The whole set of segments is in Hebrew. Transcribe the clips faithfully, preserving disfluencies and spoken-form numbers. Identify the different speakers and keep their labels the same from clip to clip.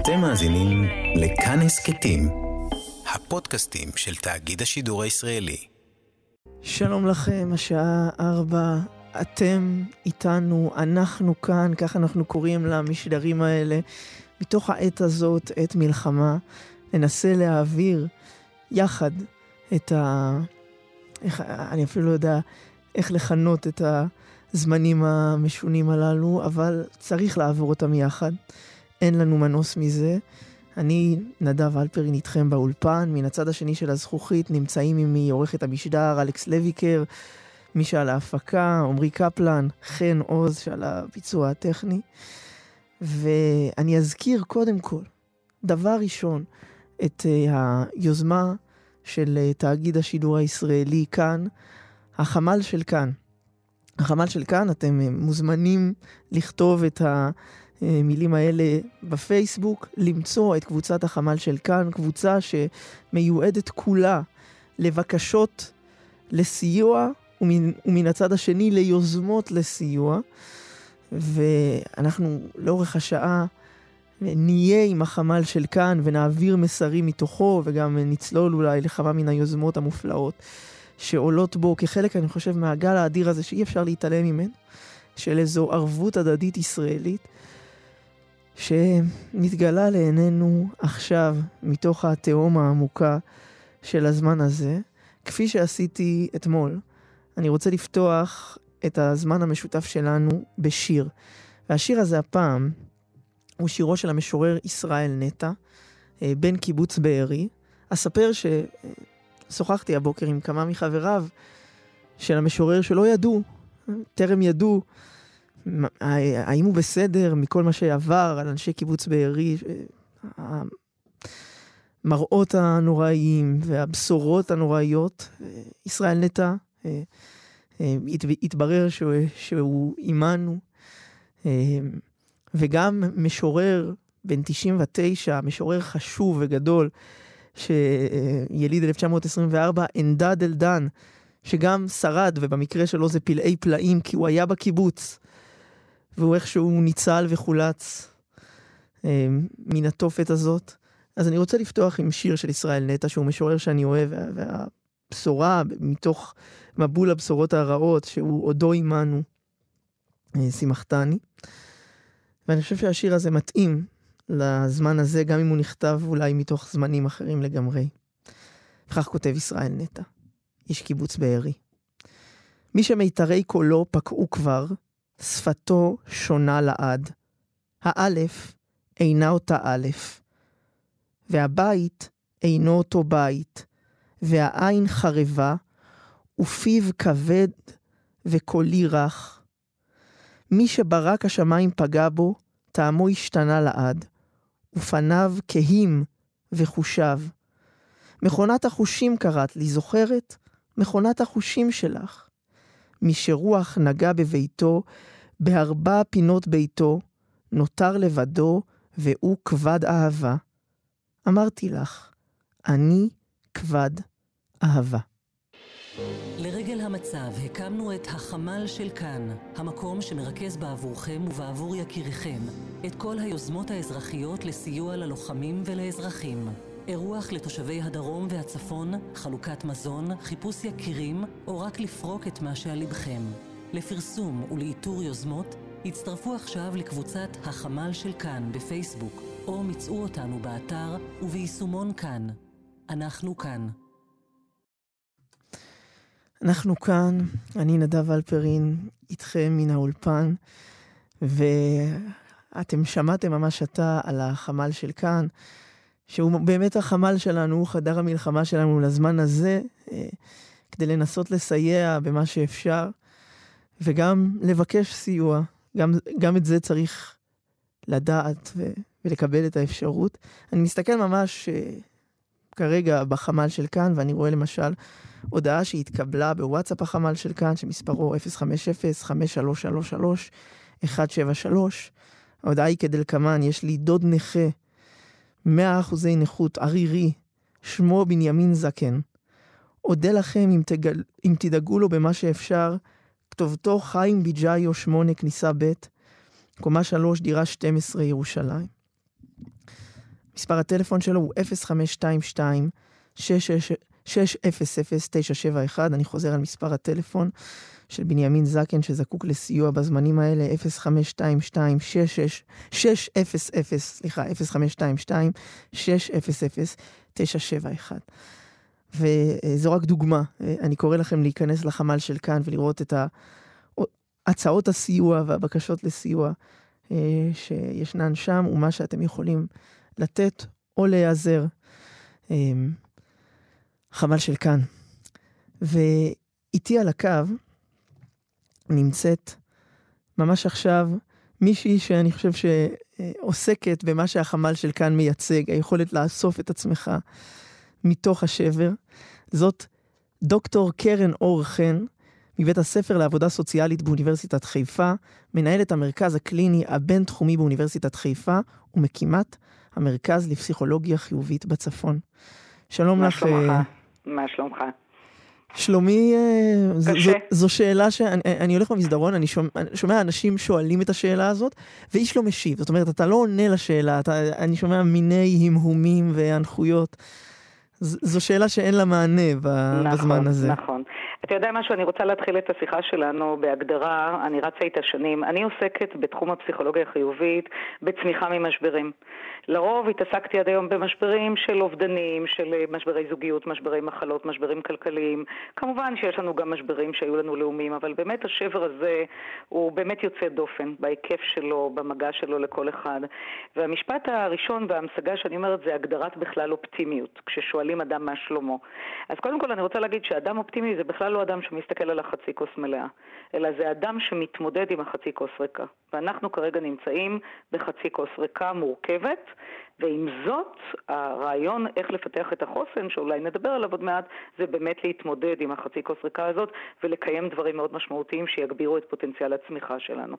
Speaker 1: אתם מאזינים לכאן הסכתים, הפודקאסטים של תאגיד השידור הישראלי.
Speaker 2: שלום לכם, השעה ארבע, אתם איתנו, אנחנו כאן, כך אנחנו קוראים למשדרים האלה. מתוך העת הזאת, עת מלחמה, ננסה להעביר יחד את ה... איך, אני אפילו לא יודע איך לכנות את הזמנים המשונים הללו, אבל צריך לעבור אותם יחד. אין לנו מנוס מזה. אני נדב אלפרין איתכם באולפן, מן הצד השני של הזכוכית נמצאים עמי עורכת המשדר אלכס לויקר, מי שעל ההפקה, עמרי קפלן, חן עוז שעל הביצוע הטכני. ואני אזכיר קודם כל, דבר ראשון, את uh, היוזמה של uh, תאגיד השידור הישראלי כאן, החמ"ל של כאן. החמ"ל של כאן, אתם uh, מוזמנים לכתוב את המילים האלה בפייסבוק, למצוא את קבוצת החמ"ל של כאן, קבוצה שמיועדת כולה לבקשות לסיוע, ומן, ומן הצד השני ליוזמות לסיוע. ואנחנו לאורך השעה נהיה עם החמ"ל של כאן ונעביר מסרים מתוכו, וגם נצלול אולי לכמה מן היוזמות המופלאות שעולות בו כחלק, אני חושב, מהגל האדיר הזה שאי אפשר להתעלם ממנו, של איזו ערבות הדדית ישראלית שמתגלה לעינינו עכשיו מתוך התהום העמוקה של הזמן הזה. כפי שעשיתי אתמול, אני רוצה לפתוח את הזמן המשותף שלנו בשיר. והשיר הזה הפעם הוא שירו של המשורר ישראל נטע, בן קיבוץ בארי. אספר ששוחחתי הבוקר עם כמה מחבריו של המשורר שלא ידעו, טרם ידעו, האם הוא בסדר מכל מה שעבר על אנשי קיבוץ בארי, המראות הנוראיים והבשורות הנוראיות. ישראל נטע התברר שהוא, שהוא אימנו, וגם משורר בן תשעים ותשע, משורר חשוב וגדול, שיליד אלף תשע מאות עשרים וארבע, אנדד אלדן, שגם שרד, ובמקרה שלו זה פלאי פלאים, כי הוא היה בקיבוץ, והוא איכשהו ניצל וחולץ מן התופת הזאת. אז אני רוצה לפתוח עם שיר של ישראל נטע, שהוא משורר שאני אוהב, והבשורה מתוך מבול הבשורות הרעות, שהוא עודו עמנו, שימחתני. ואני חושב שהשיר הזה מתאים לזמן הזה, גם אם הוא נכתב אולי מתוך זמנים אחרים לגמרי. וכך כותב ישראל נטע, איש קיבוץ בארי. מי שמיתרי קולו פקעו כבר, שפתו שונה לעד. האלף אינה אותה אלף, והבית אינו אותו בית, והעין חרבה, ופיו כבד וקולי רך. מי שברק השמיים פגע בו, טעמו השתנה לעד, ופניו כהים וחושב. מכונת החושים קראת לי, זוכרת? מכונת החושים שלך. מי שרוח נגע בביתו, בהרבה פינות ביתו, נותר לבדו, והוא כבד אהבה. אמרתי לך, אני כבד אהבה.
Speaker 3: לרגל המצב הקמנו את החמ"ל של כאן, המקום שמרכז בעבורכם ובעבור יקיריכם את כל היוזמות האזרחיות לסיוע ללוחמים ולאזרחים. אירוח לתושבי הדרום והצפון, חלוקת מזון, חיפוש יקירים, או רק לפרוק את מה שעל לבכם. לפרסום ולאיתור יוזמות, הצטרפו עכשיו לקבוצת החמ"ל של כאן בפייסבוק, או מצאו אותנו באתר וביישומון כאן. אנחנו כאן.
Speaker 2: אנחנו כאן, אני נדב אלפרין, איתכם מן האולפן, ואתם שמעתם ממש עתה על החמ"ל של כאן, שהוא באמת החמ"ל שלנו, הוא חדר המלחמה שלנו לזמן הזה, כדי לנסות לסייע במה שאפשר, וגם לבקש סיוע. גם, גם את זה צריך לדעת ו, ולקבל את האפשרות. אני מסתכל ממש כרגע בחמ"ל של כאן, ואני רואה למשל הודעה שהתקבלה בוואטסאפ החמ"ל של כאן, שמספרו אפס חמש אפס חמש שלוש שלוש שלוש אחת שבע שלוש. ההודעה היא כדלקמן, יש לי דוד נכה, מאה אחוזי נכות, ערירי, שמו בנימין זקן. אודה לכם אם, תגל, אם תדאגו לו במה שאפשר, כתובתו חיים ביג'איו שמונה כניסה ב', קומה שלוש, דירה שתים עשרה, ירושלים. מספר הטלפון שלו הוא אפס חמש שתיים שתיים שש אפס אפס תשע שבע אחת. אני חוזר על מספר הטלפון של בנימין זקן שזקוק לסיוע בזמנים האלה, אפס חמש שתיים שתיים שש אפס אפס, סליחה, אפס חמש שתיים שתיים שש אפס אפס תשע שבע אחת. וזו רק דוגמה. אני קורא לכם להיכנס לחמ"ל של כאן ולראות את הצעות הסיוע והבקשות לסיוע שישנן שם, ומה שאתם יכולים לתת או להיעזר. חמ"ל של כאן. ואיתי על הקו נמצאת ממש עכשיו מישהי שאני חושב שעוסקת במה שהחמ"ל של כאן מייצג, היכולת לאסוף את עצמך מתוך השבר. זאת דוקטור קרן אור חן, מבית הספר לעבודה סוציאלית באוניברסיטת חיפה, מנהלת המרכז הקליני הבין-תחומי באוניברסיטת חיפה, ומקימת המרכז לפסיכולוגיה חיובית בצפון. שלום לך.
Speaker 4: מה שלומך? מה שלומך?
Speaker 2: שלומי, זו, זו, זו שאלה שאני אני הולך במסדרון, אני שומע, שומע אנשים שואלים את השאלה הזאת, ואיש לא משיב. זאת אומרת, אתה לא עונה לשאלה, אתה, אני שומע מיני המהומים והנחויות. ז, זו שאלה שאין לה מענה בזמן
Speaker 4: נכון,
Speaker 2: הזה.
Speaker 4: נכון. אתה יודע משהו, אני רוצה להתחיל את השיחה שלנו בהגדרה, אני רצה איתה שנים. אני עוסקת בתחום הפסיכולוגיה החיובית, בצמיחה ממשברים. לרוב התעסקתי עד היום במשברים של אובדנים, של משברי זוגיות, משברי מחלות, משברים כלכליים. כמובן שיש לנו גם משברים שהיו לנו לאומיים, אבל באמת השבר הזה הוא באמת יוצא דופן, בהיקף שלו, במגע שלו לכל אחד. והמשפט הראשון וההמשגה שאני אומרת זה הגדרת בכלל אופטימיות, כששואלים אדם מה שלמה. אז קודם כל אני רוצה להגיד שאדם אופטימי זה בכלל לא אדם שמסתכל על החצי כוס מלאה, אלא זה אדם שמתמודד עם החצי כוס ריקה. ואנחנו כרגע נמצאים בחצי כוס ריקה מורכבת, ועם זאת, הרעיון איך לפתח את החוסן, שאולי נדבר עליו עוד מעט, זה באמת להתמודד עם החצי כוס ריקה הזאת, ולקיים דברים מאוד משמעותיים שיגבירו את פוטנציאל הצמיחה שלנו.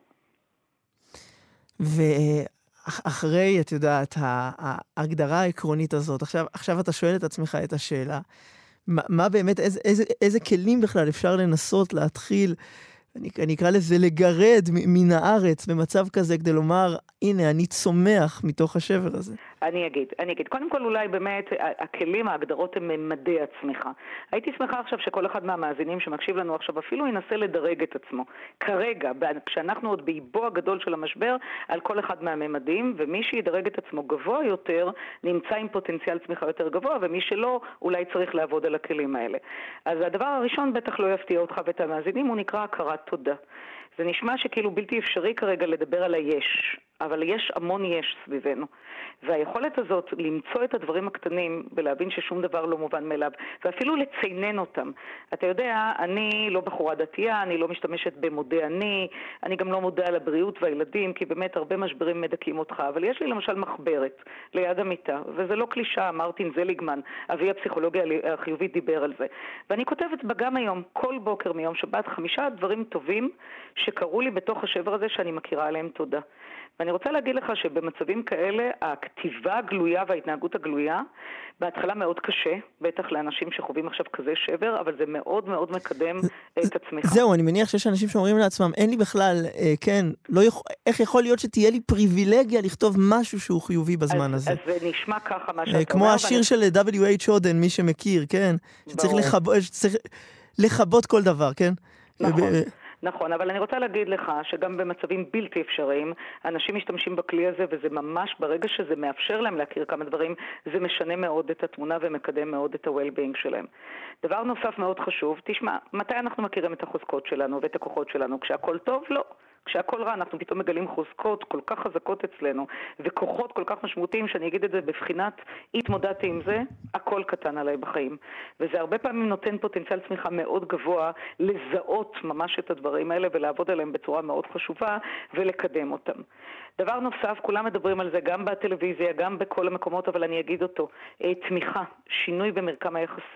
Speaker 2: ואחרי, את יודעת, ההגדרה העקרונית הזאת, עכשיו, עכשיו אתה שואל את עצמך את השאלה, מה, מה באמת, איזה, איזה, איזה כלים בכלל אפשר לנסות להתחיל, אני, אני אקרא לזה לגרד מן הארץ במצב כזה כדי לומר, הנה, אני צומח מתוך השבר הזה.
Speaker 4: אני אגיד, אני אגיד. קודם כל אולי באמת הכלים, ההגדרות הם ממדי הצמיחה. הייתי שמחה עכשיו שכל אחד מהמאזינים שמקשיב לנו עכשיו אפילו ינסה לדרג את עצמו. כרגע, כשאנחנו עוד באיבו הגדול של המשבר, על כל אחד מהממדים, ומי שידרג את עצמו גבוה יותר, נמצא עם פוטנציאל צמיחה יותר גבוה, ומי שלא, אולי צריך לעבוד על הכלים האלה. אז הדבר הראשון בטח לא יפתיע אותך ואת המאזינים, הוא נקרא הכרת תודה. זה נשמע שכאילו בלתי אפשרי כרגע לדבר על היש, אבל יש המון יש סביבנו. והיכולת הזאת למצוא את הדברים הקטנים ולהבין ששום דבר לא מובן מאליו, ואפילו לציינן אותם. אתה יודע, אני לא בחורה דתייה, אני לא משתמשת במודה אני, אני גם לא מודה על הבריאות והילדים, כי באמת הרבה משברים מדכאים אותך, אבל יש לי למשל מחברת ליד המיטה, וזה לא קלישה, מרטין זליגמן, אבי הפסיכולוגיה החיובית דיבר על זה. ואני כותבת בה גם היום, כל בוקר מיום שבת, חמישה דברים טובים שקראו לי בתוך השבר הזה שאני מכירה עליהם תודה. ואני רוצה להגיד לך שבמצבים כאלה, הכתיבה הגלויה וההתנהגות הגלויה, בהתחלה מאוד קשה, בטח לאנשים שחווים עכשיו כזה שבר, אבל זה מאוד מאוד מקדם את הצמיחה.
Speaker 2: זהו, אני מניח שיש אנשים שאומרים לעצמם, אין לי בכלל, אה, כן, לא יכול, איך יכול להיות שתהיה לי פריבילגיה לכתוב משהו שהוא חיובי בזמן
Speaker 4: אז,
Speaker 2: הזה?
Speaker 4: אז זה נשמע ככה מה שאתה
Speaker 2: אה,
Speaker 4: אומר.
Speaker 2: כמו השיר ואני... של דאבליו אייץ' אודן, מי שמכיר, כן? שצריך, לחב... שצריך לכבות כל דבר, כן?
Speaker 4: נכון.
Speaker 2: ב...
Speaker 4: נכון, אבל אני רוצה להגיד לך שגם במצבים בלתי אפשריים, אנשים משתמשים בכלי הזה, וזה ממש ברגע שזה מאפשר להם להכיר כמה דברים, זה משנה מאוד את התמונה ומקדם מאוד את ה-well-being שלהם. דבר נוסף מאוד חשוב, תשמע, מתי אנחנו מכירים את החוזקות שלנו ואת הכוחות שלנו? כשהכל טוב? לא. כשהכל רע, אנחנו פתאום מגלים חוזקות כל כך חזקות אצלנו, וכוחות כל כך משמעותיים, שאני אגיד את זה בבחינת, התמודדתי עם זה, הכל קטן עליי בחיים. וזה הרבה פעמים נותן פוטנציאל צמיחה מאוד גבוה, לזהות ממש את הדברים האלה, ולעבוד עליהם בצורה מאוד חשובה, ולקדם אותם. דבר נוסף, כולם מדברים על זה גם בטלוויזיה, גם בכל המקומות, אבל אני אגיד אותו, תמיכה, שינוי במרקם היחסים.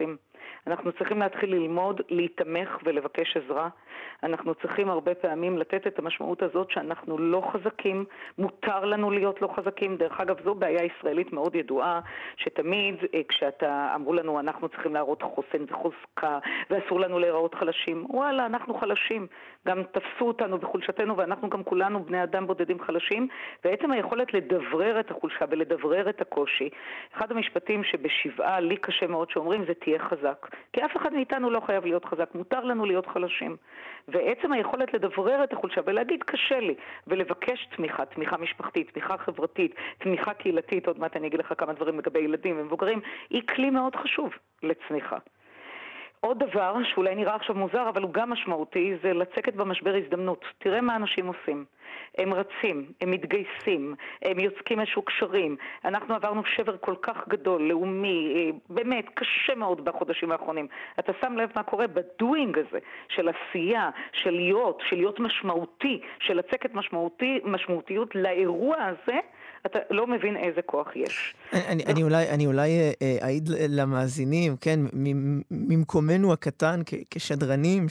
Speaker 4: אנחנו צריכים להתחיל ללמוד, להתמך ולבקש עזרה. אנחנו צריכים הרבה פעמים לתת את המשמעות הזאת שאנחנו לא חזקים, מותר לנו להיות לא חזקים. דרך אגב, זו בעיה ישראלית מאוד ידועה, שתמיד כשאתה אמרו לנו אנחנו צריכים להראות חוסן וחוזקה, ואסור לנו להיראות חלשים. וואלה, אנחנו חלשים. גם תפסו אותנו בחולשתנו, ואנחנו גם כולנו בני אדם בודדים חלשים, ועצם היכולת לדברר את החולשה ולדברר את הקושי. אחד המשפטים שבשבעה לי קשה מאוד שאומרים זה תהיה חזק. כי אף אחד מאיתנו לא חייב להיות חזק, מותר לנו להיות חלשים. ועצם היכולת לדברר את החולשה ולהגיד קשה לי, ולבקש תמיכה, תמיכה משפחתית, תמיכה חברתית, תמיכה קהילתית, עוד מעט אני אגיד לך כמה דברים לגבי ילדים ומבוגרים, היא כלי מאוד חשוב לצמיחה. עוד דבר שאולי נראה עכשיו מוזר, אבל הוא גם משמעותי, זה לצקת במשבר הזדמנות. תראה מה אנשים עושים. הם רצים, הם מתגייסים, הם יוצקים איזשהו קשרים. אנחנו עברנו שבר כל כך גדול, לאומי, באמת קשה מאוד בחודשים האחרונים. אתה שם לב מה קורה בדואינג הזה, של עשייה, של להיות, של להיות משמעותי, של לצקת משמעותי, משמעותיות לאירוע הזה, אתה לא מבין איזה כוח יש.
Speaker 2: אני, אני אולי, אני אולי אעיד למאזינים, כן, ממקומנו הקטן כשדרנים,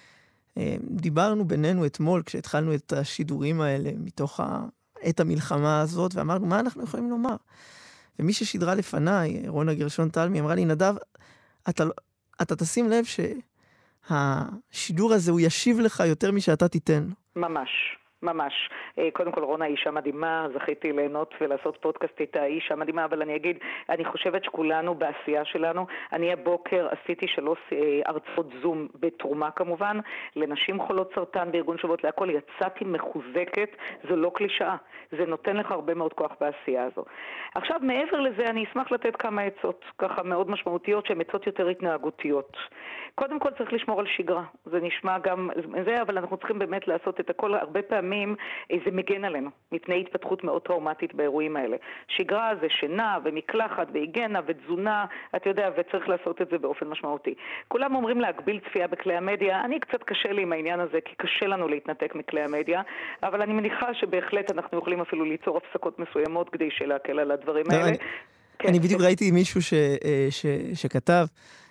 Speaker 2: שדיברנו בינינו אתמול, כשהתחלנו את השידורים האלה, מתוך עת המלחמה הזאת, ואמרנו, מה אנחנו יכולים לומר? ומי ששידרה לפניי, רונה גרשון תלמי, אמרה לי, נדב, אתה, אתה תשים לב שהשידור הזה, הוא ישיב לך יותר משאתה תיתן.
Speaker 4: ממש. ממש. קודם כל, רונה אישה מדהימה, זכיתי ליהנות ולעשות פודקאסט איתה, אישה מדהימה, אבל אני אגיד, אני חושבת שכולנו בעשייה שלנו, אני הבוקר עשיתי שלוש הרצאות זום בתרומה כמובן, לנשים חולות סרטן בארגון שוות להכל, יצאתי מחוזקת, זו לא קלישאה, זה נותן לך הרבה מאוד כוח בעשייה הזו. עכשיו, מעבר לזה, אני אשמח לתת כמה עצות, ככה מאוד משמעותיות, שהן עצות יותר התנהגותיות. קודם כל צריך לשמור על שגרה, זה נשמע גם זה, אבל אנחנו צריכים באמת לעשות את הכל הרבה פעמים, זה מגן עלינו, מפני התפתחות מאוד טראומטית באירועים האלה. שגרה זה שינה ומקלחת והיגנה ותזונה, אתה יודע, וצריך לעשות את זה באופן משמעותי. כולם אומרים להגביל צפייה בכלי המדיה, אני קצת קשה לי עם העניין הזה, כי קשה לנו להתנתק מכלי המדיה, אבל אני מניחה שבהחלט אנחנו יכולים אפילו ליצור הפסקות מסוימות כדי שלהקל על הדברים האלה.
Speaker 2: אני,
Speaker 4: כן,
Speaker 2: אני בדיוק
Speaker 4: כן.
Speaker 2: ראיתי מישהו ש, ש, שכתב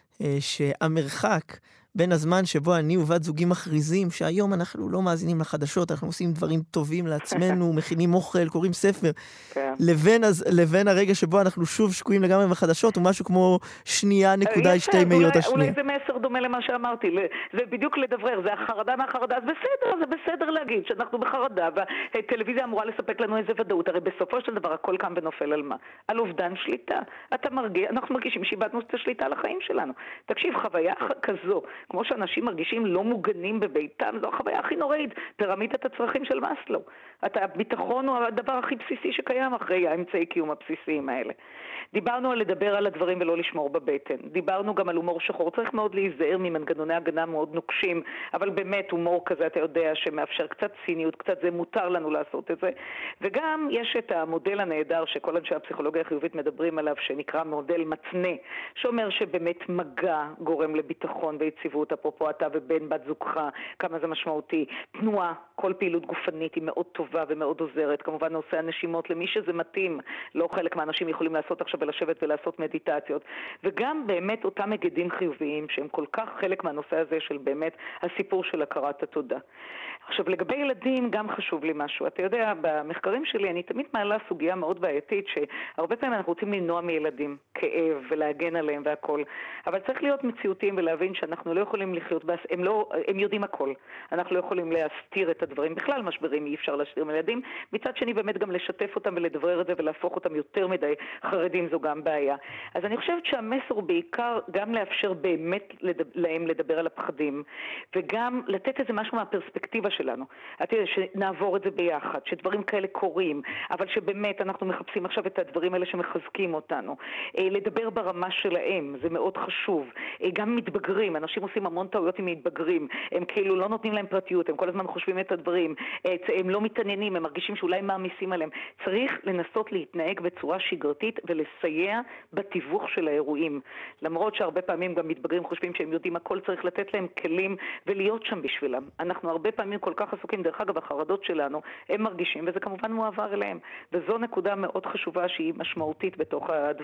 Speaker 2: שהמרחק בין הזמן שבו אני ובת זוגי מכריזים שהיום אנחנו לא מאזינים לחדשות, אנחנו עושים דברים טובים לעצמנו, מכינים אוכל, קוראים ספר,
Speaker 4: כן.
Speaker 2: לבין, אז, לבין הרגע שבו אנחנו שוב שקועים לגמרי בחדשות, הוא משהו כמו שנייה נקודה שתי מאיות השנייה.
Speaker 4: אולי זה מסר דומה למה שאמרתי, זה בדיוק לדברר, זה החרדה מהחרדה, אז בסדר, זה בסדר להגיד שאנחנו בחרדה, והטלוויזיה אמורה לספק לנו איזה ודאות, הרי בסופו של דבר הכל קם ונופל על מה? על אובדן שליטה. אתה מרגיש, אנחנו מרגישים שאיבדנו את השליטה על החיים שלנו. תקשיב, חוויה כזו, כמו שאנשים מרגישים לא מוגנים בביתם, זו החוויה הכי נוראית, פירמידת הצרכים של מאסלו. אתה, הביטחון הוא הדבר הכי בסיסי שקיים אחרי האמצעי קיום הבסיסיים האלה. דיברנו על לדבר על הדברים ולא לשמור בבטן. דיברנו גם על הומור שחור. צריך מאוד להיזהר ממנגנוני הגנה מאוד נוקשים, אבל באמת הומור כזה, אתה יודע, שמאפשר קצת ציניות, קצת זה מותר לנו לעשות את זה. וגם יש את המודל הנהדר שכל אנשי הפסיכולוגיה החיובית מדברים עליו, שנקרא מודל מצנה, שאומר שבאמת מגע גורם לביטחון ויציבות, אפרופו אתה ובן בת זוגך, כמה זה משמעותי. תנועה, כל פעילות גופנית היא מאוד טובה ומאוד עוזרת. כמובן נושא הנשימות למי שזה מתאים, לא חלק מהאנשים יכולים לעשות עכשיו ולשבת ולעשות מדיטציות. וגם באמת אותם מגדים חיוביים שהם כל כך חלק מהנושא הזה של באמת הסיפור של הכרת התודה. עכשיו לגבי ילדים גם חשוב לי משהו. אתה יודע, במחקרים שלי אני תמיד מעלה סוגיה מאוד בעייתית שהרבה פעמים אנחנו רוצים למנוע מילדים כאב ולהגן עליהם והכל. אבל צריך להיות מציאותיים ולהבין שאנחנו לא יכולים לחיות, בס... הם, לא... הם יודעים הכל. אנחנו לא יכולים להסתיר את הדברים. בכלל משברים אי אפשר להסתיר מילדים. מצד שני באמת גם לשתף אותם ולדברר את זה ולהפוך אותם יותר מדי חרדים זו גם בעיה. אז אני חושבת שהמסר הוא בעיקר גם לאפשר באמת לדבר, להם לדבר על הפחדים, וגם לתת איזה משהו מהפרספקטיבה שלנו. אתה יודע, שנעבור את זה ביחד, שדברים כאלה קורים, אבל שבאמת אנחנו מחפשים עכשיו את הדברים האלה שמחזקים אותנו. לדבר ברמה שלהם, זה מאוד חשוב. גם מתבגרים, אנשים עושים המון טעויות עם מתבגרים, הם כאילו לא נותנים להם פרטיות, הם כל הזמן חושבים את הדברים, הם לא מתעניינים, הם מרגישים שאולי מעמיסים עליהם. צריך לנסות להתנהג בצורה שגרתית ולסייע בתיווך של האירועים. למרות שהרבה פעמים גם מתבגרים חושבים שהם יודעים הכל, צריך לתת להם כלים ולהיות שם בשבילם. אנחנו הרבה פעמים כל כך עסוקים, דרך אגב, החרדות שלנו, הם מרגישים, וזה כמובן מועבר אליהם. וזו נקודה מאוד חשובה שהיא משמעותית בתוך הדברים.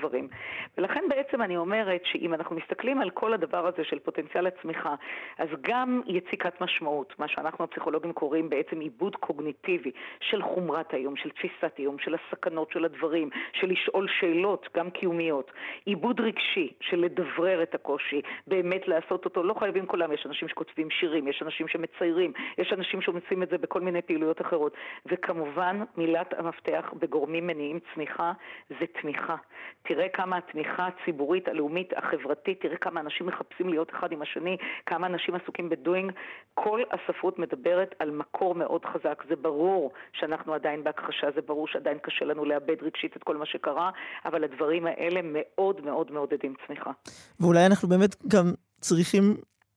Speaker 4: ולכן בעצם אני אומרת שאם אנחנו מסתכלים על כל הדבר הזה של פוטנציאל הצמיחה, אז גם יציקת משמעות, מה שאנחנו הפסיכולוגים קוראים בעצם עיבוד קוגניטיבי של חומרת היום, של תפיסת היום, של הסכנות של הדברים, של לשאול שאלות, גם קיומיות, עיבוד רגשי של לדברר את הקושי, באמת לעשות אותו, לא חייבים כולם, יש אנשים שכותבים שירים, יש אנשים שמציירים, יש אנשים שעושים את זה בכל מיני פעילויות אחרות, וכמובן מילת המפתח בגורמים מניעים צמיחה זה תמיכה. תראה כמה התמיכה הציבורית, הלאומית, החברתית, תראה כמה אנשים מחפשים להיות אחד עם השני, כמה אנשים עסוקים בדוינג, כל הספרות מדברת על מקור מאוד חזק. זה ברור שאנחנו עדיין בהכחשה, זה ברור שעדיין קשה לנו לאבד רגשית את כל מה שקרה, אבל הדברים האלה מאוד מאוד מעודדים צמיחה.
Speaker 2: ואולי אנחנו באמת גם צריכים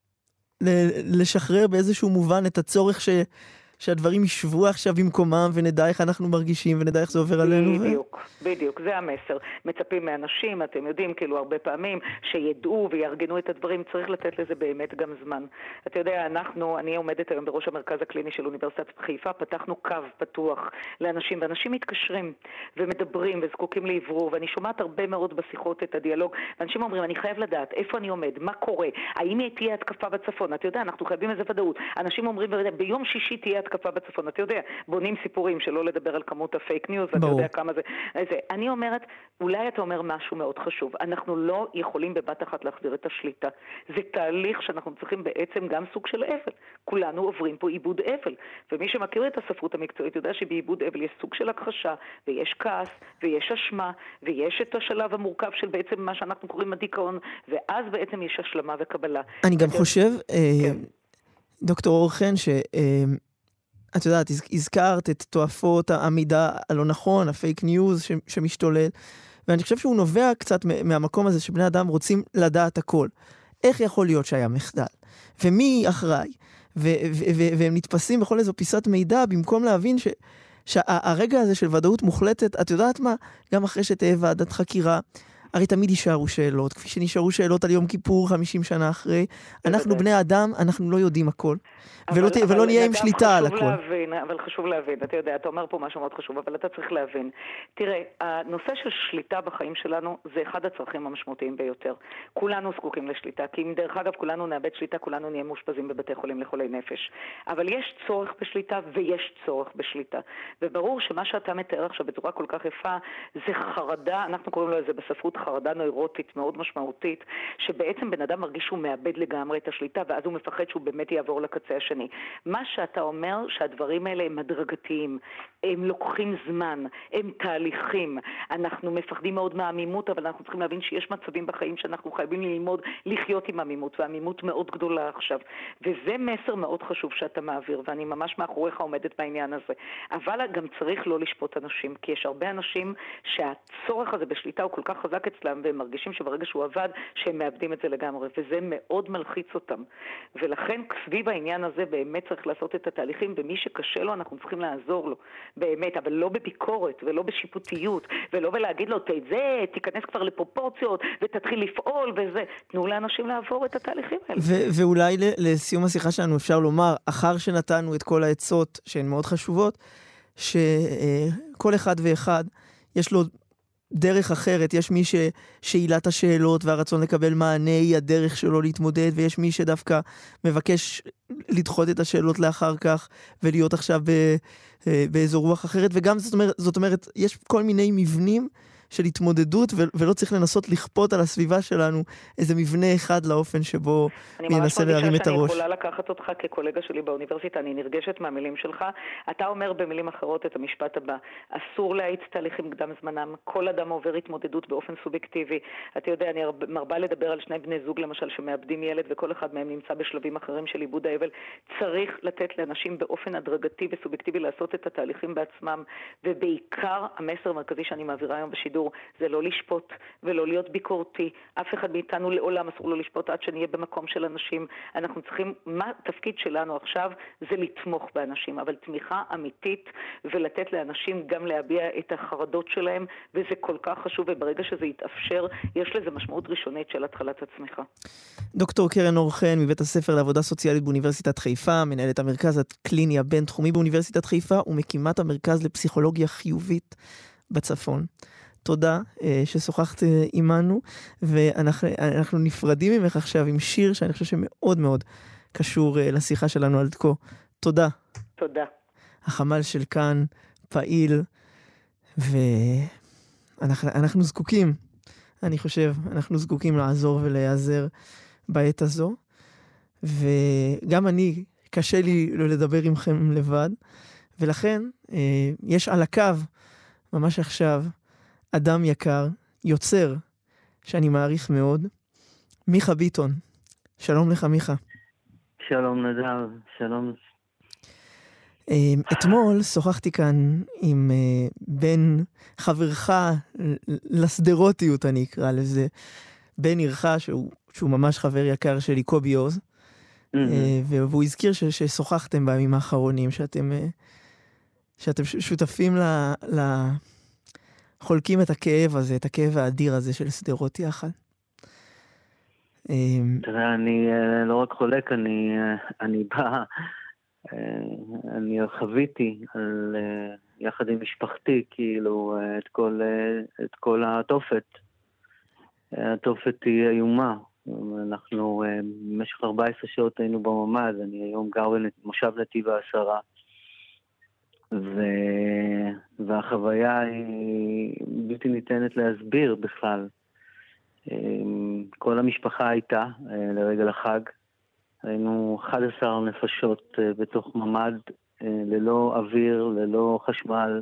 Speaker 2: לשחרר באיזשהו מובן את הצורך ש... שהדברים ישבו עכשיו במקומם ונדע איך אנחנו מרגישים ונדע איך זה עובר עלינו.
Speaker 4: בדיוק, ו... בדיוק, זה המסר. מצפים מאנשים, אתם יודעים, כאילו הרבה פעמים, שידעו ויארגנו את הדברים, צריך לתת לזה באמת גם זמן. אתה יודע, אנחנו, אני עומדת היום בראש המרכז הקליני של אוניברסיטת חיפה, פתחנו קו פתוח לאנשים, ואנשים מתקשרים ומדברים וזקוקים לעברור, ואני שומעת הרבה מאוד בשיחות את הדיאלוג, ואנשים אומרים, אני חייב לדעת איפה אני עומד, מה קורה, האם תהיה התקפה בצפון, אתה יודע, אנחנו חייבים איזה ודאות. אנשים אומרים, ביום שישי תהיה התקפה בצפון, אתה יודע, בונים סיפורים שלא לדבר על כמות הפייק ניוז, אתה יודע כמה זה, זה. אני אומרת, אולי אתה אומר משהו מאוד חשוב, אנחנו לא יכולים בבת אחת להחזיר את השליטה. זה תהליך שאנחנו צריכים בעצם גם סוג של אבל. כולנו עוברים פה עיבוד אבל, ומי שמכיר את הספרות המקצועית יודע שבעיבוד אבל יש סוג של הכחשה, ויש כעס, ויש אשמה, ויש את השלב המורכב של בעצם מה שאנחנו קוראים הדיכאון, ואז בעצם יש השלמה וקבלה.
Speaker 2: אני גם חושב, דוקטור אור חן, ש... את יודעת, הזכרת את תועפות המידע הלא נכון, הפייק ניוז ש, שמשתולל, ואני חושב שהוא נובע קצת מהמקום הזה שבני אדם רוצים לדעת הכל. איך יכול להיות שהיה מחדל? ומי אחראי? ו, ו, ו, והם נתפסים בכל איזו פיסת מידע, במקום להבין ש, שהרגע הזה של ודאות מוחלטת, את יודעת מה? גם אחרי שתהיה ועדת חקירה, הרי תמיד יישארו שאלות, כפי שנשארו שאלות על יום כיפור חמישים שנה אחרי. אנחנו בני אדם, אנחנו לא יודעים הכל. ולא, אבל, ולא אבל נהיה עם שליטה על הכל.
Speaker 4: להבין, אבל חשוב להבין, אתה יודע, אתה אומר פה משהו מאוד חשוב, אבל אתה צריך להבין. תראה, הנושא של שליטה בחיים שלנו זה אחד הצרכים המשמעותיים ביותר. כולנו זקוקים לשליטה, כי אם דרך אגב כולנו נאבד שליטה, כולנו נהיה מאושפזים בבתי חולים לחולי נפש. אבל יש צורך בשליטה ויש צורך בשליטה. וברור שמה שאתה מתאר עכשיו בצורה כל כך יפה, זה חרדה, אנחנו קוראים לו זה בספרות חרדה נוירוטית מאוד משמעותית, שבעצם בן אדם מרגיש שהוא מאבד לגמרי את השליטה, ואז הוא מפחד שהוא באמת יעבור לקצה השני. מה שאתה אומר שהדברים האלה הם הדרגתיים, הם לוקחים זמן, הם תהליכים. אנחנו מפחדים מאוד מהעמימות, אבל אנחנו צריכים להבין שיש מצבים בחיים שאנחנו חייבים ללמוד לחיות עם עמימות, והעמימות מאוד גדולה עכשיו. וזה מסר מאוד חשוב שאתה מעביר, ואני ממש מאחוריך עומדת בעניין הזה. אבל גם צריך לא לשפוט אנשים, כי יש הרבה אנשים שהצורך הזה בשליטה הוא כל כך חזק אצלם, והם מרגישים שברגע שהוא עבד, שהם מאבדים את זה לגמרי, וזה מאוד מלחיץ אותם. ולכן סביב העניין הזה באמת צריך לעשות את התהליכים, ומי שקשה לו אנחנו צריכים לעזור לו, באמת, אבל לא בביקורת ולא בשיפוטיות, ולא בלהגיד לו, זה, תיכנס כבר לפרופורציות ותתחיל לפעול וזה. תנו לאנשים לעבור את התהליכים האלה.
Speaker 2: ו- ואולי לסיום השיחה שלנו אפשר לומר, אחר שנתנו את כל העצות שהן מאוד חשובות, שכל אחד ואחד יש לו דרך אחרת, יש מי ששאילת השאלות והרצון לקבל מענה היא הדרך שלו להתמודד, ויש מי שדווקא מבקש לדחות את השאלות לאחר כך, ולהיות עכשיו באיזו רוח אחרת, וגם זאת אומרת, זאת אומרת, יש כל מיני מבנים של התמודדות, ולא צריך לנסות לכפות על הסביבה שלנו איזה מבנה אחד לאופן שבו ננסה להרים את הראש.
Speaker 4: אני ממש יכולה לקחת אותך כקולגה שלי באוניברסיטה, אני נרגשת מהמילים שלך. אתה אומר במילים אחרות את המשפט הבא, אסור להאיץ תהליכים קדם זמנם, כל אדם עובר התמודדות באופן סובייקטיבי. אתה יודע, אני מרבה לדבר על שני בני זוג למשל שמאבדים ילד, וכל אחד מהם נמצא בשלבים אחרים של עיבוד האבל. צריך לתת לאנשים באופן הדרגתי וסובייקטיבי לעשות את התהליכים בעצמם, ובעיקר המסר המרכזי שאני מעבירה היום בשידור זה לא לשפוט ולא להיות ביקורתי. אף אחד מאיתנו לעולם אסור לא לשפוט עד שנהיה במקום של אנשים. אנחנו צריכים, מה התפקיד שלנו עכשיו? זה לתמוך באנשים, אבל תמיכה אמיתית ולתת לאנשים גם להביע את החרדות שלהם, וזה כל כך חשוב, וברגע שזה יתאפשר, יש לזה משמעות ראשונית של התחלת הצמיחה.
Speaker 2: דוקטור קרן אור חן מבית הספר לעבודה סוציאלית באוניברסיטת חיפה, מנהלת המרכז הקליני הבין-תחומי באוניברסיטת חיפה, ומקימת המרכז לפסיכולוגיה חיובית בצפון. תודה ששוחחת עימנו, ואנחנו נפרדים ממך עכשיו עם שיר שאני חושב שמאוד מאוד קשור לשיחה שלנו על כה. תודה.
Speaker 4: תודה.
Speaker 2: החמ"ל של כאן פעיל, ואנחנו זקוקים, אני חושב, אנחנו זקוקים לעזור ולהיעזר בעת הזו, וגם אני, קשה לי לא לדבר עמכם לבד, ולכן יש על הקו, ממש עכשיו, אדם יקר, יוצר, שאני מעריך מאוד, מיכה ביטון. שלום לך, מיכה.
Speaker 5: שלום נדב, שלום.
Speaker 2: אתמול שוחחתי כאן עם בן חברך לסדרותיות, אני אקרא לזה, בן עירך, שהוא, שהוא ממש חבר יקר שלי, קובי עוז, mm-hmm. והוא הזכיר ש, ששוחחתם בימים האחרונים, שאתם, שאתם שותפים ל... ל חולקים את הכאב הזה, את הכאב האדיר הזה של סדרות יחד.
Speaker 5: תראה, אני לא רק חולק, אני, אני בא, אני חוויתי על, יחד עם משפחתי, כאילו, את כל, את כל התופת. התופת היא איומה. אנחנו במשך ארבע עשרה שעות היינו בממ"ד, אני היום גר במושב נתיב העשרה. ו... והחוויה היא בלתי ניתנת להסביר בכלל. כל המשפחה הייתה לרגל החג. היינו אחת עשרה נפשות בתוך ממ"ד, ללא אוויר, ללא חשמל,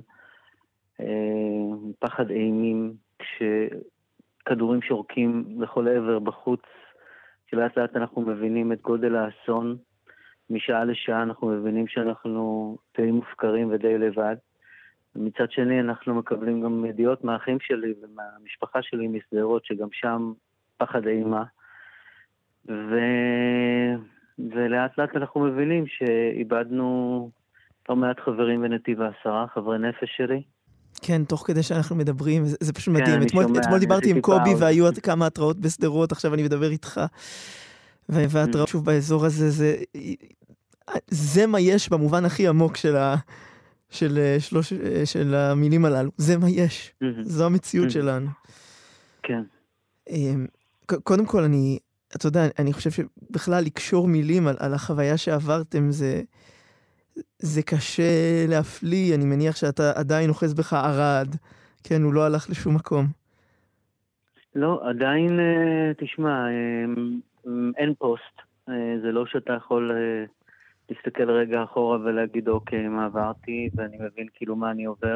Speaker 5: פחד אימים, כשכדורים שורקים לכל עבר בחוץ, שלאט לאט אנחנו מבינים את גודל האסון, משעה לשעה אנחנו מבינים שאנחנו די מופקרים ודי לבד. מצד שני אנחנו מקבלים גם ידיעות מהאחים שלי ומהמשפחה שלי מסדרות, שגם שם פחד אימה. ו... ולאט לאט אנחנו מבינים שאיבדנו לא מעט חברים בנתיב העשרה, חברי נפש שלי.
Speaker 2: כן, תוך כדי שאנחנו מדברים, זה, זה פשוט מדהים. כן, אתמול, שומע, אתמול דיברתי עם קובי והיו עוד כמה התראות בסדרות, עכשיו אני מדבר איתך. והתראות שוב באזור הזה, זה, זה מה יש במובן הכי עמוק של, ה, של, שלוש, של המילים הללו. זה מה יש. זו המציאות שלנו.
Speaker 5: כן.
Speaker 2: קודם כל, אני, אתה יודע, אני חושב שבכלל לקשור מילים על, על החוויה שעברתם, זה, זה קשה להפליא. אני מניח שאתה עדיין אוחז בך ערד. כן, הוא לא הלך לשום מקום.
Speaker 5: לא, עדיין, תשמע, אין פוסט. זה לא שאתה יכול להסתכל רגע אחורה ולהגיד, אוקיי, מה עברתי, ואני מבין כאילו מה אני עובר.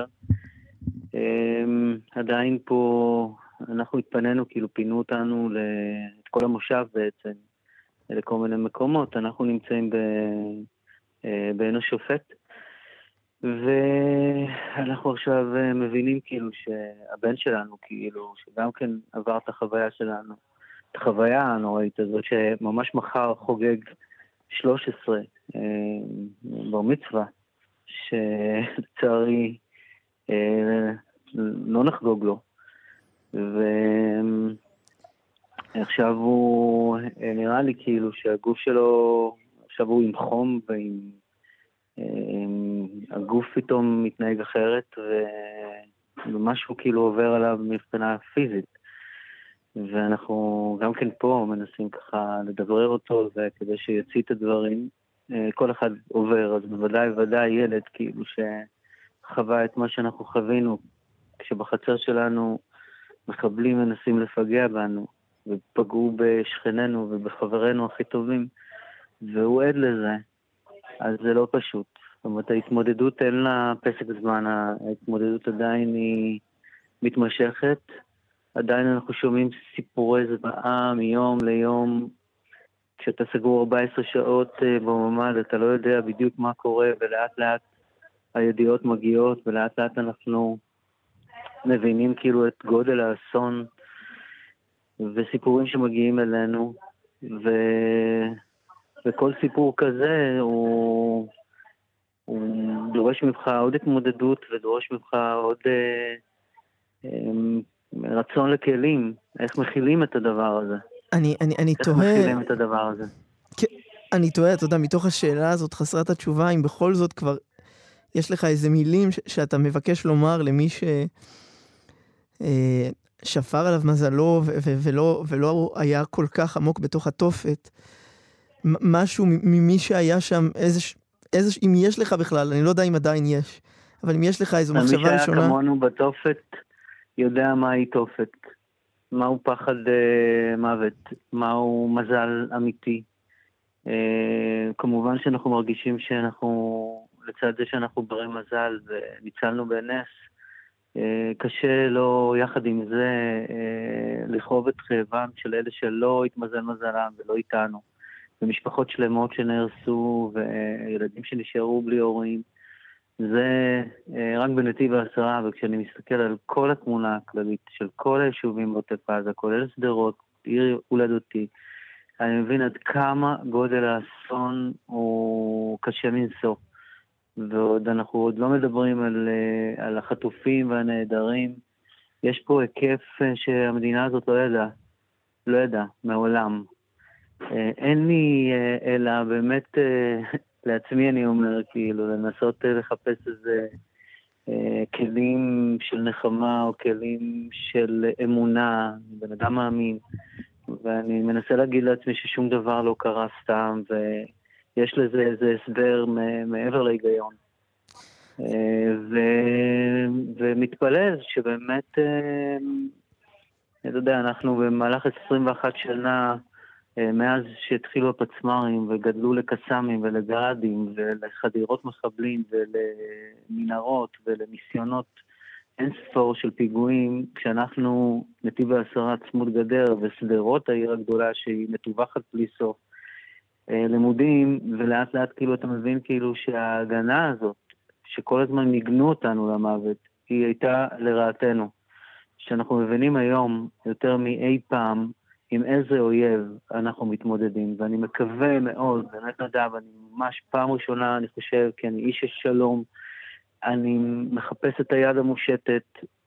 Speaker 5: עדיין פה אנחנו התפנינו, כאילו פינו אותנו את כל המושב בעצם, לכל מיני מקומות. אנחנו נמצאים בעין השופט, ואנחנו עכשיו מבינים כאילו שהבן שלנו, כאילו, שגם כן עבר את החוויה שלנו, את החוויה הנוראית הזאת, שממש מחר חוגג שלוש עשרה בר מצווה, שלצערי לא נחגוג לו. ועכשיו הוא נראה לי כאילו שהגוף שלו, עכשיו הוא עם חום ועם הגוף פתאום מתנהג אחרת, ומשהו כאילו עובר עליו מבחינה פיזית. ואנחנו גם כן פה מנסים ככה לדברר אותו, וכדי שיציא את הדברים, כל אחד עובר, אז בוודאי ודאי ילד כאילו שחווה את מה שאנחנו חווינו, כשבחצר שלנו מחבלים מנסים לפגע בנו, ופגעו בשכננו ובחברינו הכי טובים, והוא עד לזה, אז זה לא פשוט. זאת אומרת, ההתמודדות אין לה פסק זמן, ההתמודדות עדיין היא מתמשכת, עדיין אנחנו שומעים סיפורי זוועה מיום ליום, כשאתה סגור ארבע עשרה שעות בממ"ד, אתה לא יודע בדיוק מה קורה, ולאט לאט הידיעות מגיעות, ולאט לאט אנחנו מבינים כאילו את גודל האסון, וסיפורים שמגיעים אלינו, ו... וכל סיפור כזה הוא, הוא דורש ממך עוד התמודדות, ודורש ממך עוד אה, אה, רצון לכלים, איך מכילים את הדבר הזה.
Speaker 2: אני, אני, אני
Speaker 5: איך
Speaker 2: תוהה...
Speaker 5: איך מכילים את הדבר הזה.
Speaker 2: אני תוהה, אתה יודע, מתוך השאלה הזאת חסרת התשובה, אם בכל זאת כבר יש לך איזה מילים ש- שאתה מבקש לומר למי ש... שפר עליו מזלו ולא, ולא היה כל כך עמוק בתוך התופת, משהו ממי שהיה שם, איזה, איזה, אם יש לך בכלל, אני לא יודע אם עדיין יש, אבל אם יש לך איזו מחשבה ראשונה...
Speaker 5: מי שהיה כמונו בתופת יודע מהי תופת, מהו פחד uh, מוות, מהו מזל אמיתי. Uh, כמובן שאנחנו מרגישים שאנחנו, לצד זה שאנחנו ברי מזל וניצלנו בנס, uh, קשה לו יחד עם זה uh, לכאוב את כאבם של אלה שלא התמזל מזלם ולא איתנו. ומשפחות שלמות שנהרסו וילדים שנשארו בלי הורים. זה רק בנתיב העשרה, וכשאני מסתכל על כל התמונה הכללית של כל היישובים בעוטף עזה, כולל שדרות, עיר הולדתי, אני מבין עד כמה גודל האסון הוא קשה מנשוא. ועוד אנחנו עוד לא מדברים על, על החטופים והנעדרים. יש פה היקף שהמדינה הזאת לא ידעה, לא ידעה, מעולם. אין לי אלא באמת לעצמי אני אומר, כאילו, לנסות לחפש איזה כלים של נחמה או כלים של אמונה, בן אדם מאמין, ואני מנסה להגיד לעצמי ששום דבר לא קרה סתם, ויש לזה איזה הסבר מעבר להיגיון. ו... ומתפלל שבאמת, אתה יודע, אנחנו במהלך עשרים ואחת שנה, מאז שהתחילו הפצמרים וגדלו לקסמים ולגרדים ולחדירות מחבלים ולמנהרות ולניסיונות אין ספור של פיגועים, כשאנחנו נתיב העשרה צמוד גדר וסדרות העיר הגדולה שהיא מטווחת בלי סוף, לימודים, ולאט לאט כאילו אתה מבין כאילו שההגנה הזאת שכל הזמן ניגנו אותנו למוות היא הייתה לרעתנו, שאנחנו מבינים היום יותר מאי פעם עם איזה אויב אנחנו מתמודדים, ואני מקווה מאוד, באמת נדב, אני ממש פעם ראשונה, אני חושב, כי אני איש השלום, אני מחפש את היד המושטת,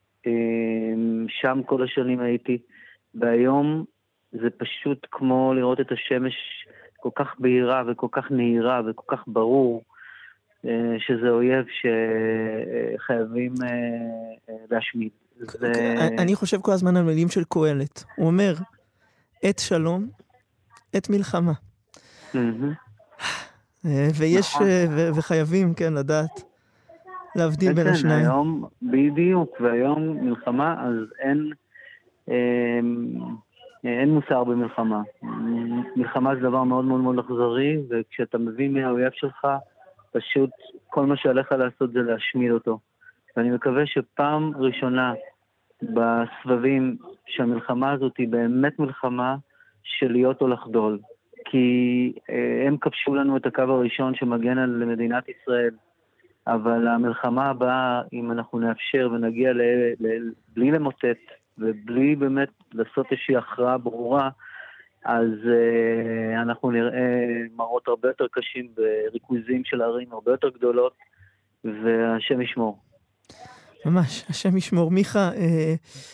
Speaker 5: שם כל השנים הייתי, והיום זה פשוט כמו לראות את השמש כל כך בהירה וכל כך נהירה וכל כך ברור, שזה אויב שחייבים להשמיד.
Speaker 2: אני חושב כל הזמן על מילים של קהלת, הוא אומר, עת שלום, עת מלחמה. ויש, וחייבים, כן, לדעת, להבדיל בין השניים.
Speaker 5: היום, בדיוק, והיום מלחמה, אז אין, אין מוסר במלחמה. מלחמה זה דבר מאוד מאוד מאוד אכזרי, וכשאתה מבין מי האויב שלך, פשוט כל מה שעליך לעשות זה להשמיד אותו. ואני מקווה שפעם ראשונה, בסבבים שהמלחמה הזאת היא באמת מלחמה של להיות או לחדול. כי אה, הם כבשו לנו את הקו הראשון שמגן על מדינת ישראל. אבל המלחמה הבאה, אם אנחנו נאפשר ונגיע ל, ל, בלי למוטט ובלי באמת לעשות איזושהי הכרעה ברורה, אז אה, אנחנו נראה מראות הרבה יותר קשים בריכוזים של ערים הרבה יותר גדולות, והשם ישמור.
Speaker 2: ממש, השם ישמור. מיכה, אה,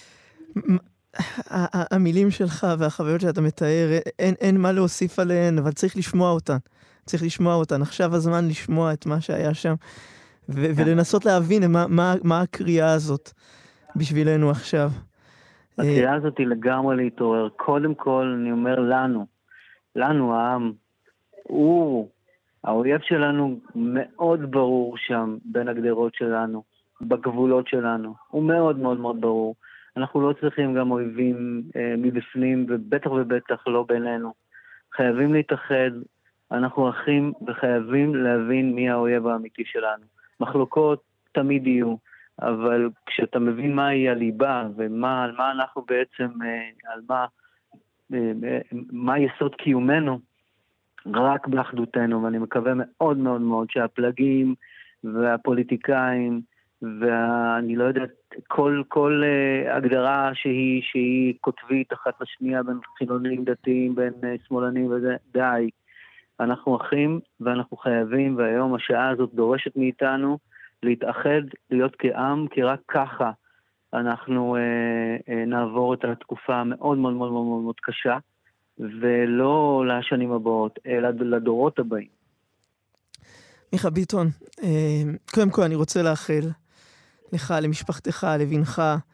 Speaker 2: המילים שלך והחוויות שאתה מתאר, אין, אין מה להוסיף עליהן, אבל צריך לשמוע אותן. צריך לשמוע אותן. עכשיו הזמן לשמוע את מה שהיה שם, ו- ולנסות להבין מה, מה, מה הקריאה הזאת בשבילנו עכשיו.
Speaker 5: הקריאה הזאת היא לגמרי להתעורר. קודם כל, אני אומר לנו, לנו העם, הוא, האויב שלנו מאוד ברור שם בין הגדרות שלנו. בגבולות שלנו. הוא מאוד מאוד מאוד ברור. אנחנו לא צריכים גם אויבים אה, מבפנים, ובטח ובטח לא בינינו. חייבים להתאחד, אנחנו אחים, וחייבים להבין מי האויב האמיתי שלנו. מחלוקות תמיד יהיו, אבל כשאתה מבין מהי הליבה, ומה, על מה אנחנו בעצם, אה, על מה, אה, מה יסוד קיומנו, רק באחדותנו, ואני מקווה מאוד מאוד מאוד שהפלגים והפוליטיקאים, ואני לא יודעת, כל, כל uh, הגדרה שהיא, שהיא כותבית אחת לשנייה בין חילונים דתיים, בין uh, שמאלנים וזה, די. אנחנו אחים ואנחנו חייבים, והיום השעה הזאת דורשת מאיתנו להתאחד, להיות כעם, כי רק ככה אנחנו uh, uh, נעבור את התקופה המאוד מאוד מאוד מאוד מאוד קשה, ולא לשנים הבאות, אלא לדורות הבאים.
Speaker 2: מיכה ביטון, קודם כל אני רוצה לאחל לך, למשפחתך, לבנך,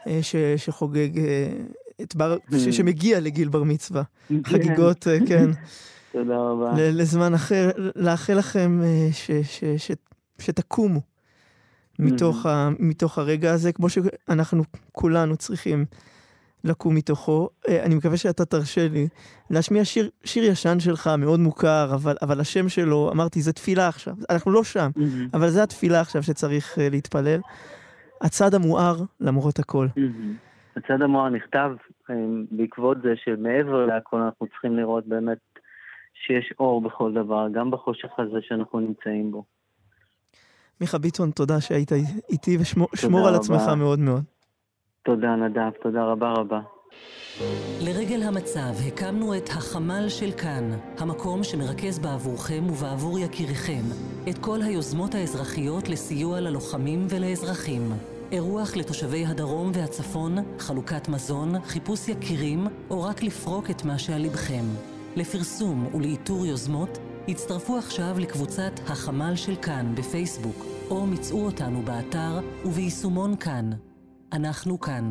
Speaker 2: ש, שחוגג את בר, ש, שמגיע לגיל בר מצווה. חגיגות, כן.
Speaker 5: תודה רבה.
Speaker 2: לזמן אחר, לאחל לכם ש, ש, ש, שתקומו מתוך, ה, מתוך הרגע הזה, כמו שאנחנו כולנו צריכים לקום מתוכו. אני מקווה שאתה תרשה לי להשמיע שיר, שיר ישן שלך, מאוד מוכר, אבל, אבל השם שלו, אמרתי, זה תפילה עכשיו. אנחנו לא שם, mm-hmm. אבל זה התפילה עכשיו שצריך uh, להתפלל. הצד המואר למרות הכל.
Speaker 5: Mm-hmm. הצד המואר נכתב um, בעקבות זה שמעבר להכל אנחנו צריכים לראות באמת שיש אור בכל דבר, גם בחושך הזה שאנחנו נמצאים בו.
Speaker 2: מיכה ביטון, תודה שהיית איתי, ושמור על עצמך מאוד מאוד.
Speaker 5: תודה נדב, תודה רבה רבה.
Speaker 3: לרגל המצב הקמנו את החמ"ל של כאן, המקום שמרכז בעבורכם ובעבור יקיריכם את כל היוזמות האזרחיות לסיוע ללוחמים ולאזרחים. אירוח לתושבי הדרום והצפון, חלוקת מזון, חיפוש יקירים, או רק לפרוק את מה שעל לבכם. לפרסום ולאיתור יוזמות, הצטרפו עכשיו לקבוצת החמ"ל של כאן בפייסבוק, או מצאו אותנו באתר וביישומון כאן. אנחנו כאן.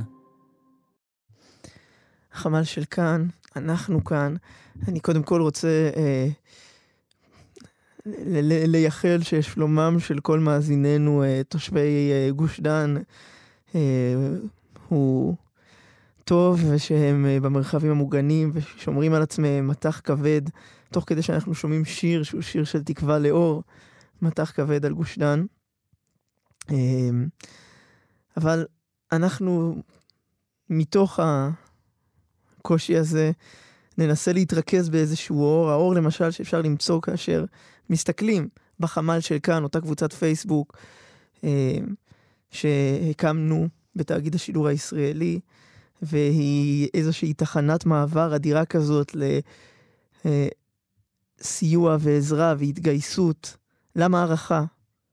Speaker 2: החמ"ל של כאן, אנחנו כאן. אני קודם כל רוצה אה, ל- ל- לייחל ששלומם של כל מאזיננו, אה, תושבי אה, גוש דן, אה, הוא טוב, ושהם אה, במרחבים המוגנים, ושומרים על עצמם מתח כבד, תוך כדי שאנחנו שומעים שיר, שהוא שיר של תקווה לאור, מתח כבד על גוש דן. אה, אבל אנחנו, מתוך הקושי הזה, ננסה להתרכז באיזשהו אור. האור למשל שאפשר למצוא כאשר מסתכלים בחמ"ל של כאן, אותה קבוצת פייסבוק שהקמנו בתאגיד השידור הישראלי, והיא איזושהי תחנת מעבר אדירה כזאת לסיוע ועזרה והתגייסות למערכה.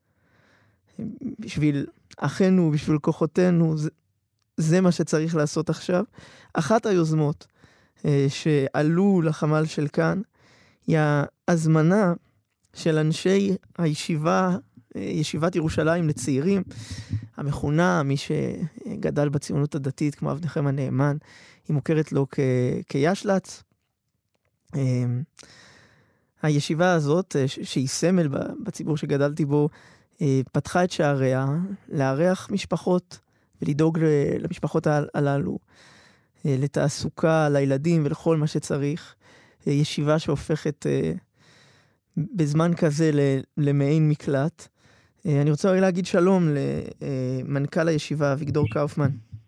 Speaker 2: בשביל אחינו, בשביל כוחותינו, זה, זה מה שצריך לעשות עכשיו. אחת היוזמות אה, שעלו לחמ"ל של כאן, היא ההזמנה של אנשי הישיבה, אה, ישיבת ירושלים לצעירים, המכונה, מי שגדל בציונות הדתית, כמו עבדכם הנאמן, היא מוכרת לו כ- כישל"צ. אה, הישיבה הזאת, אה, ש- שהיא סמל בציבור שגדלתי בו, פתחה את שעריה לארח משפחות ולדאוג למשפחות הללו, לתעסוקה, לילדים ולכל מה שצריך. ישיבה שהופכת בזמן כזה למעין מקלט. אני רוצה להגיד שלום למנכ"ל הישיבה, אביגדור קאופמן.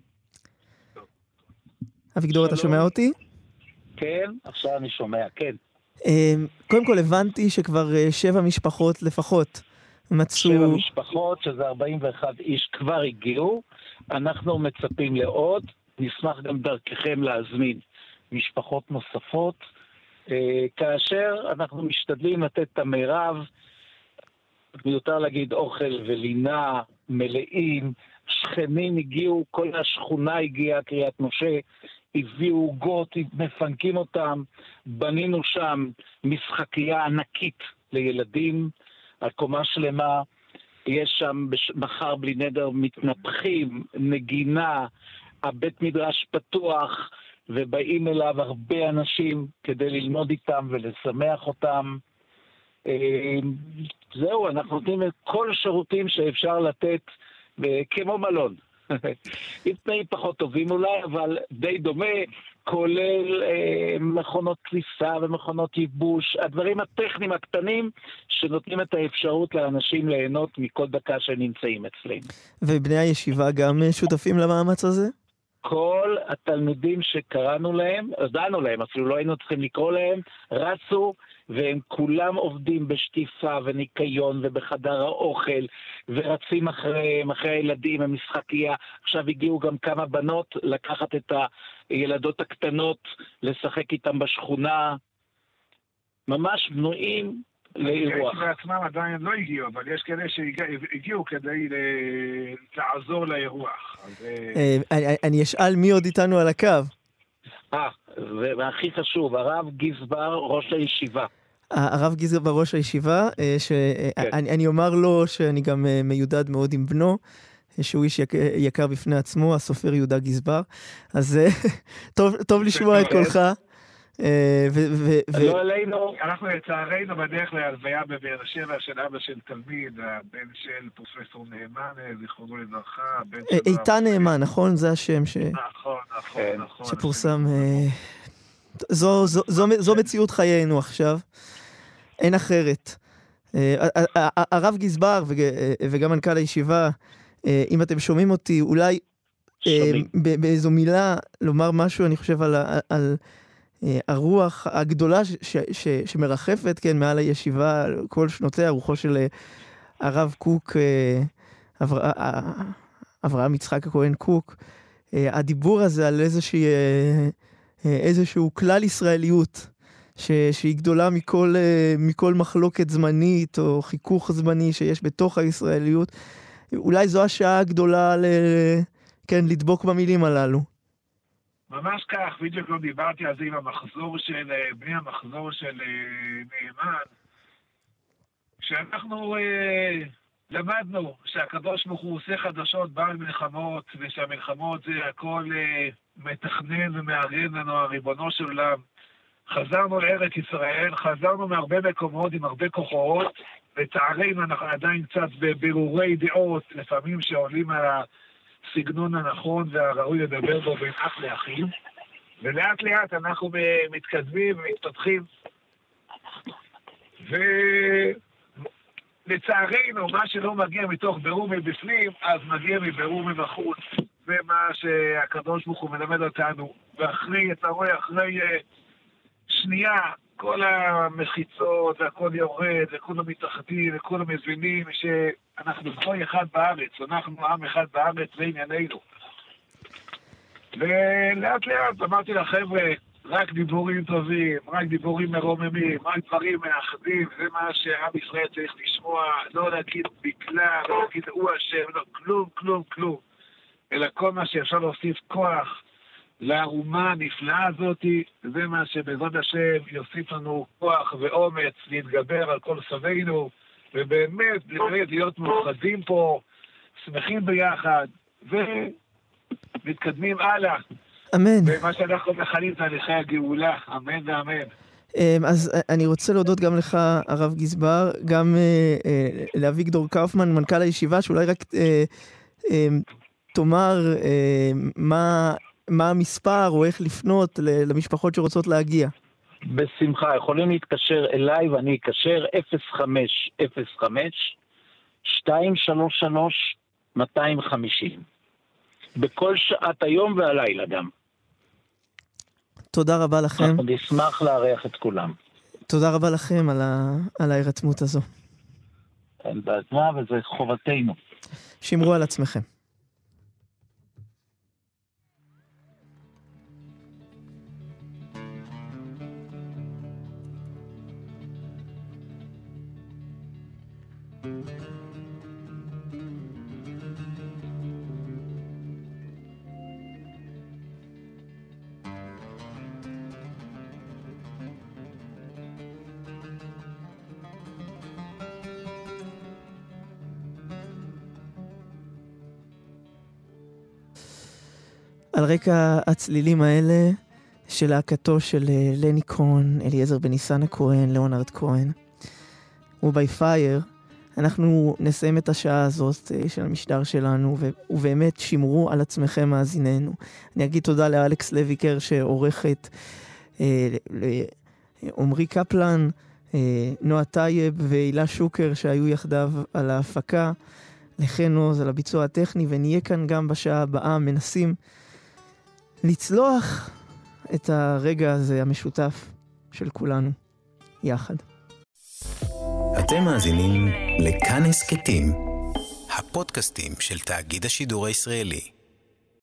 Speaker 2: אביגדור, אתה שומע אותי?
Speaker 6: כן, עכשיו אני שומע, כן.
Speaker 2: קודם כל הבנתי שכבר שבע משפחות לפחות מצאו...
Speaker 6: שבע משפחות, שזה ארבעים ואחד איש כבר הגיעו. אנחנו מצפים לעוד. נשמח גם דרככם להזמין משפחות נוספות. כאשר אנחנו משתדלים לתת את המרב, מיותר להגיד אוכל ולינה מלאים, שכנים הגיעו, כל השכונה הגיעה, קריית משה, הביאו עוגות, מפנקים אותם, בנינו שם משחקייה ענקית לילדים, על קומה שלמה, יש שם מחר בלי נדר מתנפחים, נגינה, הבית מדרש פתוח, ובאים אליו הרבה אנשים כדי ללמוד איתם ולשמח אותם. זהו, אנחנו נותנים את כל השירותים שאפשר לתת כמו מלון. עם תנאים פחות טובים אולי, אבל די דומה, כולל אה, מכונות כניסה ומכונות ייבוש, הדברים הטכניים הקטנים שנותנים את האפשרות לאנשים ליהנות מכל דקה שנמצאים אצלם.
Speaker 2: ובני הישיבה גם שותפים למאמץ הזה?
Speaker 6: כל התלמידים שקראנו להם, הודענו להם, אפילו לא היינו צריכים לקרוא להם, רצו, והם כולם עובדים בשטיפה וניקיון ובחדר האוכל, ורצים אחריהם, אחרי הילדים, המשחקייה. עכשיו הגיעו גם כמה בנות לקחת את הילדות הקטנות, לשחק איתם בשכונה, ממש בנויים לאירוח.
Speaker 7: יש בעצמם עדיין לא הגיעו, אבל יש כאלה שהגיעו כדי לעזור לאירוח.
Speaker 2: אני אשאל מי עוד איתנו על הקו.
Speaker 6: אה, והכי חשוב, הרב גזבר ראש הישיבה.
Speaker 2: הרב גזבר ראש הישיבה, שאני אומר לו שאני גם מיודד מאוד עם בנו, שהוא איש יקר, יקר בפני עצמו, הסופר יהודה גזבר. אז טוב, טוב לשמוע את קולך.
Speaker 6: לא עלינו.
Speaker 7: אנחנו לצערנו בדרך להלוויה בבאר שבע של אבא של תלמיד, הבן של פרופסור נאמן, זיכרונו לברכה.
Speaker 2: איתן נאמן, נכון? זה השם ש...
Speaker 7: נכון, נכון, נכון.
Speaker 2: שפורסם... זו מציאות חיינו עכשיו. אין אחרת. הרב גזבר וגם מנכ"ל הישיבה, אם אתם שומעים אותי, אולי באיזו מילה לומר משהו, אני חושב על הרוח הגדולה שמרחפת, כן, מעל הישיבה, כל שנותיה, רוחו של הרב קוק, אברהם יצחק הכהן קוק, הדיבור הזה על איזשהו כלל ישראליות, שהיא גדולה מכל, מכל מחלוקת זמנית או חיכוך זמני שיש בתוך הישראליות, אולי זו השעה הגדולה ל... כן, לדבוק במילים הללו.
Speaker 7: ממש כך, בדיוק לא דיברתי על זה עם המחזור של, בני המחזור של נאמן, שאנחנו אה, למדנו שהקדוש ברוך הוא עושה חדשות בעל מלחמות, ושהמלחמות זה הכל אה, מתכנן ומארגן לנו הריבונו של עולם. חזרנו לארץ ישראל, חזרנו מהרבה מקומות עם הרבה כוחות, לצערנו אנחנו עדיין קצת בבירורי דעות, לפעמים שעולים על הסגנון הנכון והראוי לדבר בו בין אח לאחים, ולאט לאט אנחנו מתקדמים ומתפתחים, ולצערנו מה שלא מגיע מתוך בירור מבפנים, אז מגיע מבירור מבחוץ, זה מה שהקדוש ברוך הוא מלמד אותנו, ואחרי, אתה רואה, אחרי שנייה, כל המחיצות, והכל יורד, וכולם מתאחדים, וכולם מבינים שאנחנו גוי אחד בארץ, אנחנו עם אחד בארץ וענייננו. ולאט לאט אמרתי לחבר'ה, רק דיבורים טובים, רק דיבורים מרוממים, רק דברים מאחדים, זה מה שעם ישראל צריך לשמוע, לא להגיד בגלל, לא להגיד הוא השם, לא, כלום, כלום, כלום. אלא כל מה שאפשר להוסיף כוח לאומה הנפלאה הזאת, זה מה שבעזרת השם יוסיף לנו כוח ואומץ להתגבר על כל סבינו, ובאמת להיות מאוחדים פה, שמחים ביחד, ומתקדמים הלאה.
Speaker 2: אמן.
Speaker 7: ומה שאנחנו מכנים תהליכי הגאולה, אמן ואמן.
Speaker 2: אז אני רוצה להודות גם לך, הרב גזבר, גם לאביגדור קאופמן, מנכ"ל הישיבה, שאולי רק תאמר מה... מה המספר או איך לפנות למשפחות שרוצות להגיע.
Speaker 6: בשמחה, יכולים להתקשר אליי ואני אקשר אפס חמש אפס חמש שתיים שלוש שלוש מאתיים וחמישים בכל שעת היום והלילה גם.
Speaker 2: תודה רבה לכם.
Speaker 6: אנחנו נשמח לארח את כולם.
Speaker 2: תודה רבה לכם על, ה... על ההירתמות הזו.
Speaker 6: אין בעצמה וזה חובתנו.
Speaker 2: שמרו על עצמכם. על רקע הצלילים האלה של להקתו של לני כהן, אליעזר בניסן הכהן, ליאונרד כהן, ובי פייר, אנחנו נסיים את השעה הזאת של המשדר שלנו, ובאמת שמרו על עצמכם מאזיננו. אני אגיד תודה לאלכס לויקר שעורכת, לעומרי קפלן, נועה טייב ואילה שוקר שהיו יחדיו על ההפקה, לכן עוז על הביצוע הטכני, ונהיה כאן גם בשעה הבאה מנסים לצלוח את הרגע הזה המשותף של כולנו יחד.
Speaker 1: אתם מאזינים לכאן הסכתים, הפודקאסטים של תאגיד השידור הישראלי.